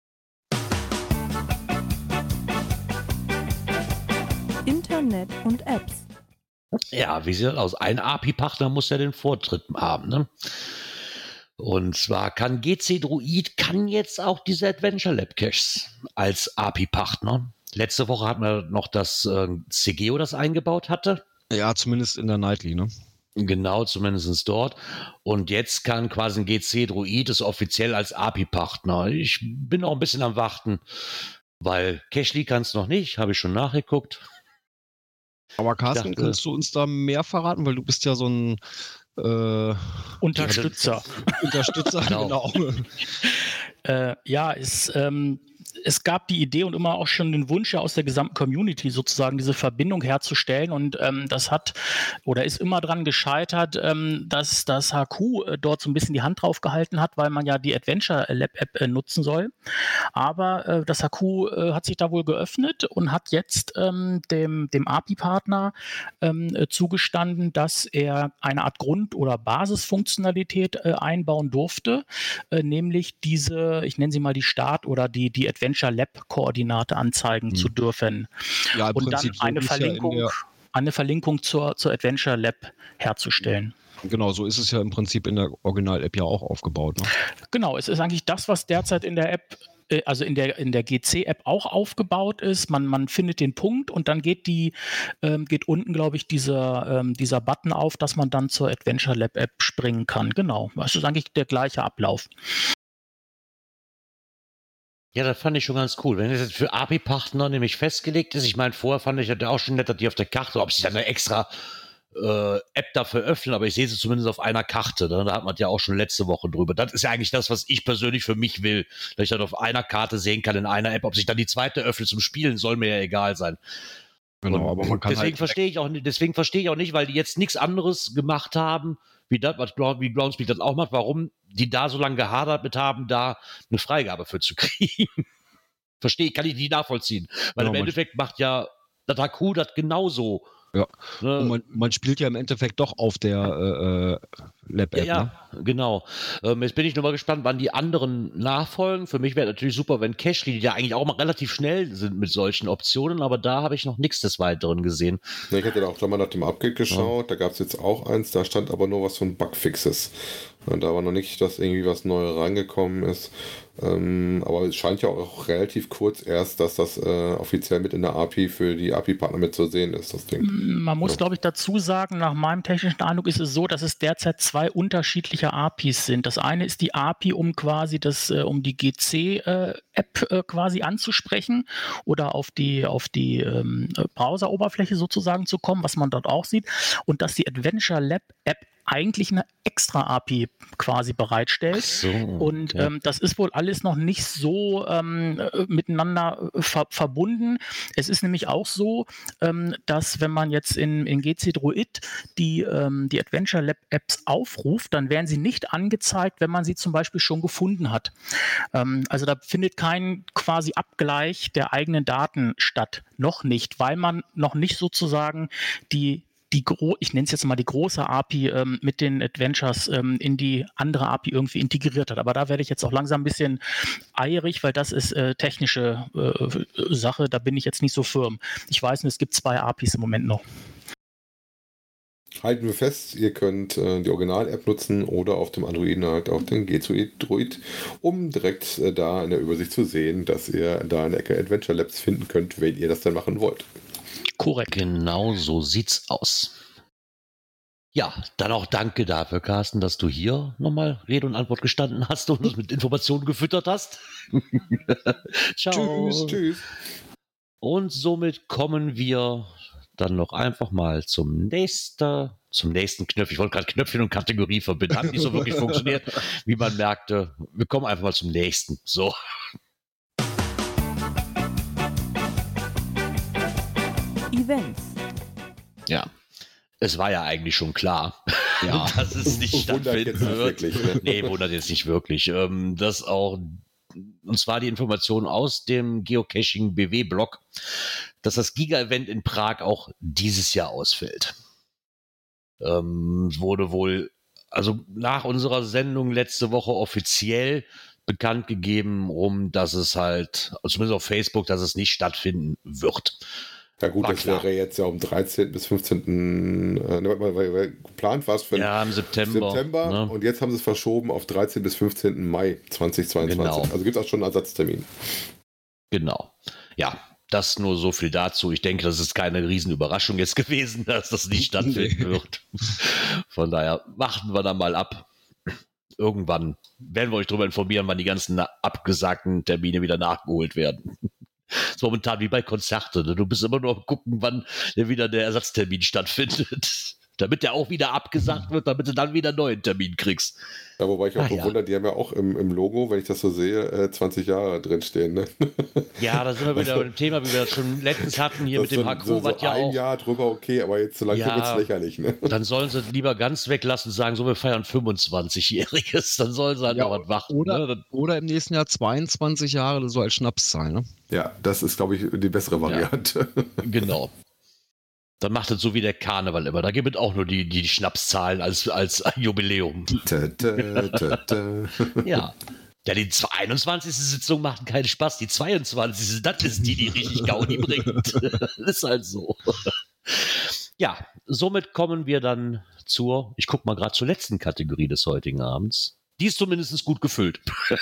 Internet und Apps. Ja, wie sieht das aus? Ein A P I-Partner muss ja den Vortritt haben, ne? Und zwar kann G C Druid kann jetzt auch diese Adventure Lab Caches als A P I-Partner. Letzte Woche hatten wir noch das äh, C G O, das eingebaut hatte. Ja, zumindest in der Nightly, ne? Genau, zumindest dort. Und jetzt kann quasi ein G C Druid es offiziell als A P I-Partner. Ich bin auch ein bisschen am Warten, weil Cachely kann es noch nicht, habe ich schon nachgeguckt. Aber Carsten, dachte- kannst du uns da mehr verraten? Weil du bist ja so ein äh, Unterstützer. Unterstützer. Genau. Genau. Äh, ja, es, ähm, es gab die Idee und immer auch schon den Wunsch ja aus der gesamten Community sozusagen diese Verbindung herzustellen und ähm, das hat oder ist immer dran gescheitert, ähm, dass das H Q äh, dort so ein bisschen die Hand drauf gehalten hat, weil man ja die Adventure Lab App äh, nutzen soll. Aber äh, das H Q äh, hat sich da wohl geöffnet und hat jetzt ähm, dem, dem A P I-Partner ähm, äh, zugestanden, dass er eine Art Grund- oder Basisfunktionalität äh, einbauen durfte, äh, nämlich diese, ich nenne sie mal die Start- oder die, die Adventure Lab-Koordinate anzeigen Hm. zu dürfen. Ja, im Und dann Prinzip so eine ist ja in Verlinkung, der, eine Verlinkung zur, zur Adventure Lab herzustellen. genau, so ist es ja im Prinzip in der Original-App ja auch aufgebaut. Ne? Genau, es ist eigentlich das, was derzeit in der App, äh, also in der, in der G C-App auch aufgebaut ist. Man, man findet den Punkt und dann geht die, ähm, geht unten, glaube ich, dieser, ähm, dieser Button auf, dass man dann zur Adventure Lab App springen kann. Genau, das ist eigentlich der gleiche Ablauf. Ja, das fand ich schon ganz cool. Wenn es jetzt für A P I-Partner nämlich festgelegt ist, ich meine, vorher fand ich das ja auch schon nett, dass die auf der Karte, ob sie dann eine extra äh, App dafür öffnen, aber ich sehe sie zumindest auf einer Karte. Ne? Da hat man ja auch schon letzte Woche drüber. Das ist ja eigentlich das, was ich persönlich für mich will, dass ich dann auf einer Karte sehen kann in einer App. Ob sich dann die zweite öffnet zum Spielen, soll mir ja egal sein. Genau, Und aber man kann deswegen halt verstehe ich auch nicht, deswegen verstehe ich auch nicht, weil die jetzt nichts anderes gemacht haben, wie das, was Ground, wie Groundspeak das auch macht, warum die da so lange gehadert mit haben, da eine Freigabe für zu kriegen. Verstehe, kann ich nicht nachvollziehen. Weil Ja, im man- Endeffekt macht ja das Haku das genauso. Ja. Ne? Und man, man spielt ja im Endeffekt doch auf der äh, Lab-App. Ja, ne? ja, genau. Ähm, jetzt bin ich nur mal gespannt, wann die anderen nachfolgen. Für mich wäre natürlich super, wenn Cashly, die ja eigentlich auch mal relativ schnell sind mit solchen Optionen, aber da habe ich noch nichts des Weiteren gesehen. Ja, ich hatte da auch gleich mal nach dem Update geschaut, ja. Da gab es jetzt auch eins, da stand aber nur was von Bugfixes. Und da war noch nicht, dass irgendwie was Neues reingekommen ist. Ähm, aber es scheint ja auch relativ kurz erst, dass das äh, offiziell mit in der A P I für die A P I-Partner mit zu sehen ist, das Ding. Man muss, ja. glaube ich, dazu sagen, nach meinem technischen Eindruck ist es so, dass es derzeit zwei unterschiedliche A P Is sind. Das eine ist die A P I, um quasi das, äh, um die G C-App äh, quasi anzusprechen oder auf die, auf die ähm, Browser-Oberfläche sozusagen zu kommen, was man dort auch sieht. Und dass die Adventure Lab App eigentlich eine extra A P I quasi bereitstellt. So, und okay. ähm, das ist wohl alles noch nicht so ähm, miteinander ver verbunden. Es ist nämlich auch so, ähm, dass wenn man jetzt in, in G C Druid die, ähm, die Adventure Lab Apps aufruft, dann werden sie nicht angezeigt, wenn man sie zum Beispiel schon gefunden hat. Ähm, also da findet kein quasi Abgleich der eigenen Daten statt. Noch nicht, weil man noch nicht sozusagen die die gro- ich nenne es jetzt mal die große A P I ähm, mit den Adventures ähm, in die andere A P I irgendwie integriert hat. Aber da werde ich jetzt auch langsam ein bisschen eierig, weil das ist äh, technische äh, Sache, da bin ich jetzt nicht so firm. Ich weiß nicht, es gibt zwei A P Is im Moment noch. Halten wir fest, ihr könnt äh, die Original-App nutzen oder auf dem Androiden halt auch den G C Druid, um direkt äh, da in der Übersicht zu sehen, dass ihr da in der Ecke Adventure Labs finden könnt, wenn ihr das dann machen wollt. Korrekt. Genau so sieht's aus. Ja, dann auch danke dafür, Carsten, dass du hier nochmal Rede und Antwort gestanden hast und uns mit Informationen gefüttert hast. Ciao. Tschüss, tschüss. Und somit kommen wir dann noch einfach mal zum nächsten, zum nächsten Knöpfchen. Ich wollte gerade Knöpfchen und Kategorie verbinden. Hat nicht so wirklich funktioniert, wie man merkte. Wir kommen einfach mal zum nächsten. So. Events. Ja. Es war ja eigentlich schon klar, Ja. dass es nicht stattfinden jetzt nicht wird. wirklich, ne? Nee, wundert jetzt nicht wirklich. Ähm, dass auch, und zwar die Information aus dem Geocaching-B W-Blog, dass das Giga-Event in Prag auch dieses Jahr ausfällt. Ähm, wurde wohl, also nach unserer Sendung letzte Woche offiziell bekannt gegeben, um, dass es halt, zumindest auf Facebook, dass es nicht stattfinden wird. Ja gut, War das klar. wäre jetzt ja um dreizehnten bis fünfzehnten Äh, ne, weil, weil, weil geplant war es für Ja, im September. September ne? und jetzt haben sie es verschoben auf dreizehnten bis fünfzehnten Mai zweitausendzweiundzwanzig. Genau. Also gibt es auch schon einen Ersatztermin. Genau. Ja, das nur so viel dazu. Ich denke, das ist keine Riesenüberraschung jetzt gewesen, dass das nicht stattfinden wird. Von daher warten wir da mal ab. Irgendwann werden wir euch darüber informieren, wann die ganzen abgesagten Termine wieder nachgeholt werden. Das ist momentan wie bei Konzerten. Du bist immer nur am gucken, wann wieder der Ersatztermin stattfindet. Damit der auch wieder abgesagt wird, damit du dann wieder einen neuen Termin kriegst. Ja, wobei ich auch Ach, ja. bewundere, die haben ja auch im, im Logo, wenn ich das so sehe, äh, zwanzig Jahre drinstehen. Ne? Ja, da sind wir wieder bei dem Thema, wie wir das schon letztens hatten, hier Das mit dem so, Haku, so, so was ja ein auch. Jahr drüber okay, aber jetzt so langsam Ja. wird es lächerlich. Ne? Dann sollen sie lieber ganz weglassen und sagen, so, wir feiern fünfundzwanzigjähriges. Dann sollen sie halt Ja, noch was machen. oder, ne? Dann, oder im nächsten Jahr zweiundzwanzig Jahre so als Schnapszahl. Ne? Ja, das ist, glaube ich, die bessere Variante. genau. Dann macht es so wie der Karneval immer. Da gibt es auch nur die, die Schnapszahlen als, als Jubiläum. Tä, tä, tä, tä. Ja. Ja, die einundzwanzigste Sitzung macht keinen Spaß. Die zweiundzwanzigste das ist die, die richtig Gaudi bringt. Ist halt so. Ja, somit kommen wir dann zur, ich gucke mal gerade zur letzten Kategorie des heutigen Abends. Die ist zumindest gut gefüllt.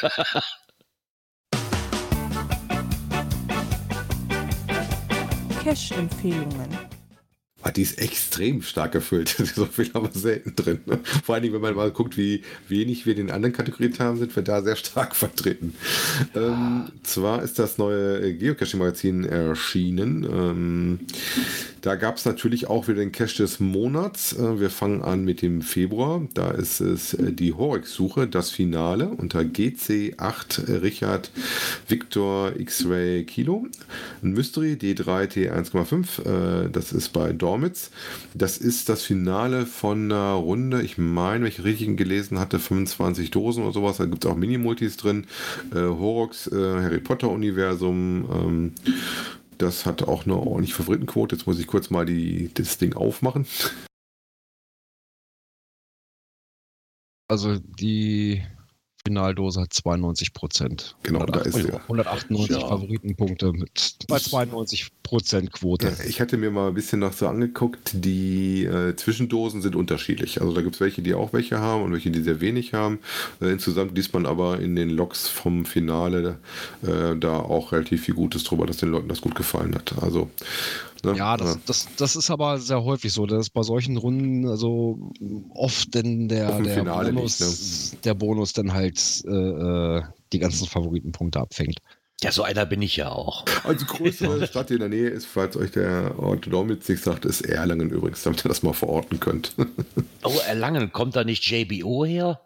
Cache-Empfehlungen. Ah, die ist extrem stark gefüllt. So viel haben wir selten drin. Ne? Vor allen Dingen, wenn man mal guckt, wie wenig wir in den anderen Kategorien haben, sind wir da sehr stark vertreten. Ähm, zwar ist das neue Geocaching-Magazin erschienen. Ähm, da gab es natürlich auch wieder den Cache des Monats. Äh, wir fangen an mit dem Februar. Da ist es äh, die Horex-Suche, das Finale unter G C acht äh, Richard Victor X-Ray Kilo. Ein Mystery D drei T eins Komma fünf. Äh, das ist bei Dormitz. Das ist das Finale von einer Runde, ich meine, wenn ich richtig gelesen hatte, fünfundzwanzig Dosen oder sowas. Da gibt es auch Mini-Multis drin. Äh, Horrocks, äh, Harry Potter-Universum, ähm, Das hat auch eine ordentliche Favoritenquote. Jetzt muss ich kurz mal die, das Ding aufmachen. Also die Finaldose hat zweiundneunzig Prozent. Genau, da ist hundertachtundneunzig, hundertachtundneunzig ja. Favoritenpunkte mit bei zweiundneunzig Prozent Quote. Ja, ich hatte mir mal ein bisschen nach so angeguckt, die äh, Zwischendosen sind unterschiedlich. Also da gibt es welche, die auch welche haben und welche, die sehr wenig haben. Äh, insgesamt liest man aber in den Logs vom Finale äh, da auch relativ viel Gutes drüber, dass den Leuten das gut gefallen hat. Also ne, Ja, das, äh, das, das ist aber sehr häufig so, dass bei solchen Runden also oft denn der, Auf dem der, Finale Bonus, nicht, ne? der Bonus dann halt äh, die ganzen Favoritenpunkte abfängt. Ja, so einer bin ich ja auch. Also größere Stadt, die in der Nähe ist, falls euch der Ort Dormitz nicht sagt, ist Erlangen übrigens, damit ihr das mal verorten könnt. Oh, Erlangen, kommt da nicht J B O her?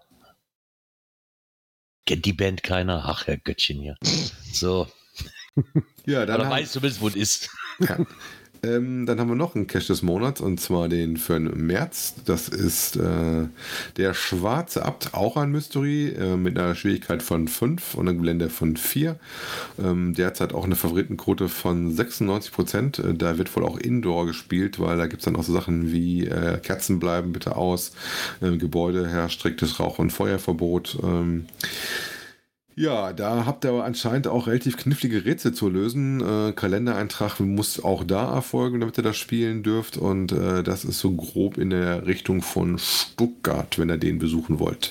Kennt die Band keiner? Ach, Herr Göttchen hier. So, Ja, dann aber haben, weißt du zumindest, wo es ist. ja. ähm, dann haben wir noch einen Cache des Monats und zwar den für den März. Das ist äh, der Schwarze Abt, auch ein Mystery äh, mit einer Schwierigkeit von fünf und einem Gelände von vier. Ähm, derzeit auch eine Favoritenquote von sechsundneunzig Prozent. Äh, da wird wohl auch Indoor gespielt, weil da gibt es dann auch so Sachen wie äh, Kerzen bleiben bitte aus, äh, Gebäude herrscht striktes Rauch- und Feuerverbot. Ähm, Ja, da habt ihr aber anscheinend auch relativ knifflige Rätsel zu lösen. Äh, Kalendereintrag muss auch da erfolgen, damit ihr das spielen dürft. Und äh, das ist so grob in der Richtung von Stuttgart, wenn ihr den besuchen wollt.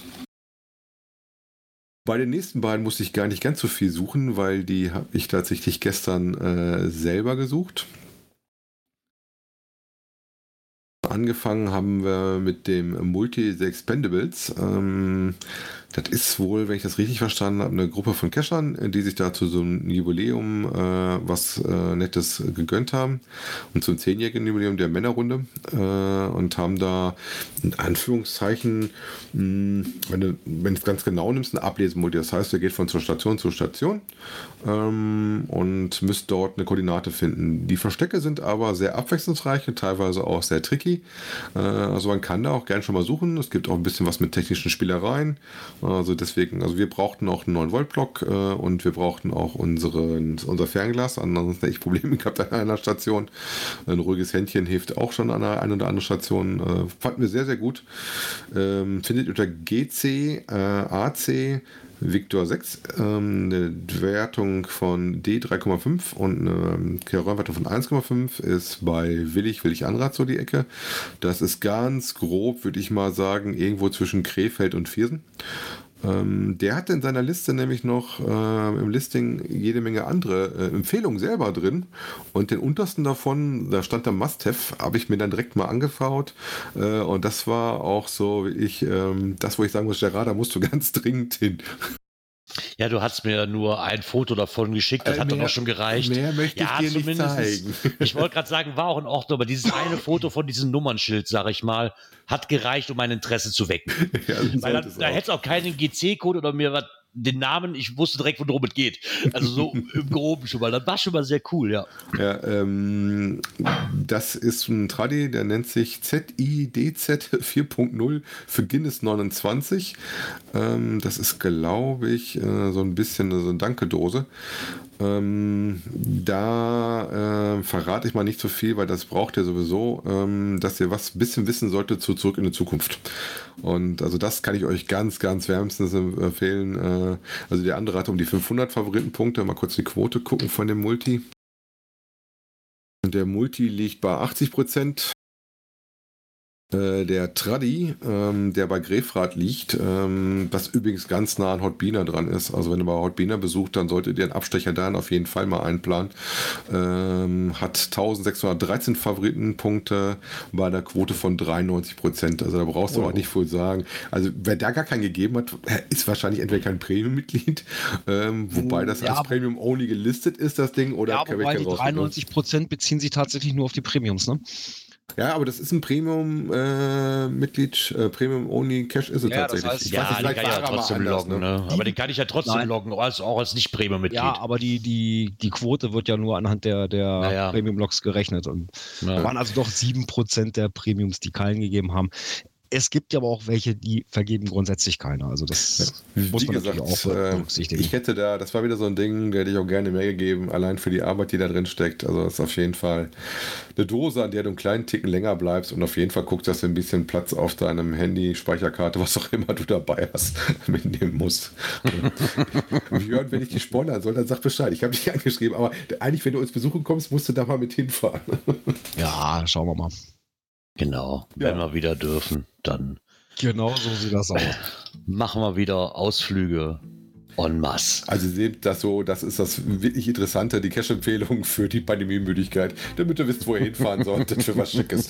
Bei den nächsten beiden musste ich gar nicht ganz so viel suchen, weil die habe ich tatsächlich gestern äh, selber gesucht. Angefangen haben wir mit dem Multi The Expendables. Ähm, das ist wohl, wenn ich das richtig verstanden habe, eine Gruppe von Cachern, die sich da zu so einem Jubiläum äh, was äh, Nettes gegönnt haben. Und zum zehnjährigen Jubiläum der Männerrunde. Äh, und haben da in Anführungszeichen, mh, wenn du wenn du es ganz genau nimmst, ein Ablesen-Multi. Das heißt, ihr geht von zur Station zu Station ähm, und müsst dort eine Koordinate finden. Die Verstecke sind aber sehr abwechslungsreich und teilweise auch sehr tricky. Äh, also man kann da auch gern schon mal suchen. Es gibt auch ein bisschen was mit technischen Spielereien. Also deswegen, also wir brauchten auch einen neun Volt Block äh, und wir brauchten auch unseren, unser Fernglas. Ansonsten echt Probleme gehabt an einer Station. Ein ruhiges Händchen hilft auch schon an einer ein oder anderen Station. Äh, fanden wir sehr, sehr gut. Ähm, findet unter G C äh, A C Victor sechs ähm, eine Wertung von D drei Komma fünf und eine Kerrorwertung von eins Komma fünf ist bei Willig, Willig Anrat so die Ecke. Das ist ganz grob, würde ich mal sagen, irgendwo zwischen Krefeld und Viersen. Ähm, der hat in seiner Liste nämlich noch äh, im Listing jede Menge andere äh, Empfehlungen selber drin und den untersten davon, da stand da Must-Have, habe ich mir dann direkt mal angeschaut äh, und das war auch so, wie ich, ähm, das wo ich sagen muss, Gerard, da musst du ganz dringend hin. Ja, du hast mir nur ein Foto davon geschickt, das Äh, hat doch mehr- auch schon gereicht. mehr möchte ich ja, dir nicht zumindest. zeigen. Ich wollte gerade sagen, war auch in Ordnung, aber dieses eine Foto von diesem Nummernschild, sag ich mal, hat gereicht, um mein Interesse zu wecken. Ja, das Weil da, sollte es da auch. hätte es auch keinen G C-Code oder mir was, den Namen, ich wusste direkt, worum es geht. Also so im Groben schon mal. Das war schon mal sehr cool, ja. Ja, ähm, das ist ein Tradi, der nennt sich Z I D Z vier Punkt null für Guinness neunundzwanzig. Ähm, das ist, glaube ich, äh, so ein bisschen so eine Danke-Dose. Ähm, da äh, verrate ich mal nicht so viel, weil das braucht ihr sowieso, ähm, dass ihr was ein bisschen wissen solltet zu Zurück in die Zukunft. Und also das kann ich euch ganz, ganz wärmstens empfehlen. Äh, also der andere hat um die fünfhundert Favoritenpunkte. Mal kurz die Quote gucken von dem Multi. Und der Multi liegt bei achtzig Prozent. Äh, der Traddy, ähm, der bei Grefrath liegt, ähm, was übrigens ganz nah an Hotbiner dran ist. Also wenn ihr mal Hotbiner besucht, dann solltet ihr einen Abstecher da auf jeden Fall mal einplanen. Ähm, hat eintausendsechshundertdreizehn Favoritenpunkte bei einer Quote von dreiundneunzig Prozent. Also da brauchst du Oh. auch nicht viel sagen. Also wer da gar keinen gegeben hat, ist wahrscheinlich entweder kein Premium-Mitglied, ähm, wobei das Ja, als aber- Premium-Only gelistet ist, das Ding, oder Ja, kann wobei ich die raus- dreiundneunzig Prozent beziehen sich tatsächlich nur auf die Premiums, ne? Ja, aber das ist ein Premium-Mitglied, äh, Premium-Only Cash ist es Ja, das tatsächlich. heißt, Ich Ja, weiß nicht, den vielleicht kann ich ja war er mal trotzdem anders, loggen, ne? Aber den kann ich ja trotzdem Nein. loggen, als, auch als Nicht-Premium-Mitglied. Ja, aber die, die, die Quote wird ja nur anhand der, der Naja. Premium-Logs gerechnet. Und Ja. waren also doch sieben Prozent der Premiums, die keinen gegeben haben. Es gibt ja aber auch welche, die vergeben grundsätzlich keiner. Also das muss Wie man gesagt, natürlich auch äh, berücksichtigen. ich hätte da, das war wieder so ein Ding, der hätte ich auch gerne mehr gegeben, allein für die Arbeit, die da drin steckt. Also das ist auf jeden Fall eine Dose, an der du einen kleinen Ticken länger bleibst und auf jeden Fall guckst, dass du ein bisschen Platz auf deinem Handy, Speicherkarte, was auch immer du dabei hast, mitnehmen musst. Und Jörn, wenn ich dich spoilern soll, dann sag Bescheid. Ich habe dich angeschrieben, aber eigentlich, wenn du uns besuchen kommst, musst du da mal mit hinfahren. Ja, schauen wir mal. Genau, Ja. wenn wir wieder dürfen, dann Genau so sieht das aus. machen wir wieder Ausflüge en masse. Also ihr seht das so, das ist das wirklich Interessante, die Cash-Empfehlung für die Pandemiemüdigkeit, damit ihr wisst, wo ihr hinfahren solltet für was Schickes.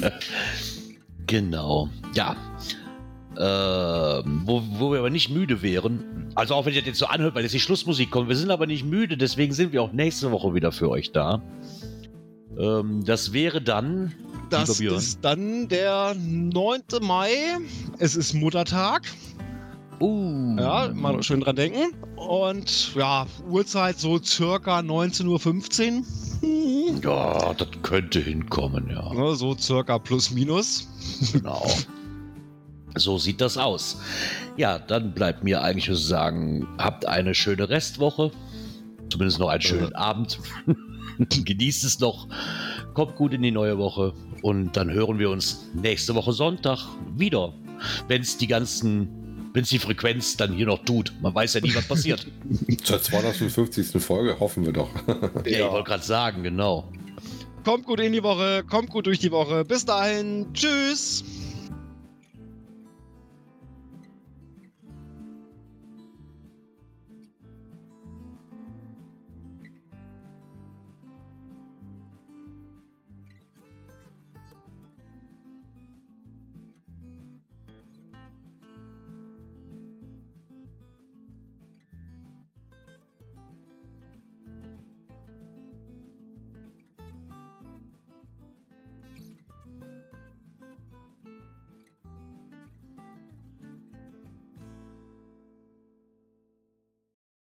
Genau, ja. Ähm, wo, wo wir aber nicht müde wären, also auch wenn ihr das jetzt so anhört, weil jetzt die Schlussmusik kommt, wir sind aber nicht müde, deswegen sind wir auch nächste Woche wieder für euch da. Ähm, das wäre dann, Das lieber Björn, ist dann der neunte Mai. Es ist Muttertag. uh, Ja, mal schön dran denken. Und ja, Uhrzeit so circa neunzehn Uhr fünfzehn. Hm. ja, das könnte hinkommen, ja. Ne, so circa plus minus. Genau. So sieht das aus. Ja, dann bleibt mir eigentlich nur zu sagen, habt eine schöne Restwoche. Zumindest noch einen schönen Abend. Genießt es noch. Kommt gut in die neue Woche. Und dann hören wir uns nächste Woche Sonntag wieder. Wenn es die ganzen, wenn es die Frequenz dann hier noch tut. Man weiß ja nie, was passiert. Zur zweihundertfünfzigsten Folge hoffen wir doch. Ja, ich wollte gerade sagen, genau. Kommt gut in die Woche, kommt gut durch die Woche. Bis dahin, tschüss.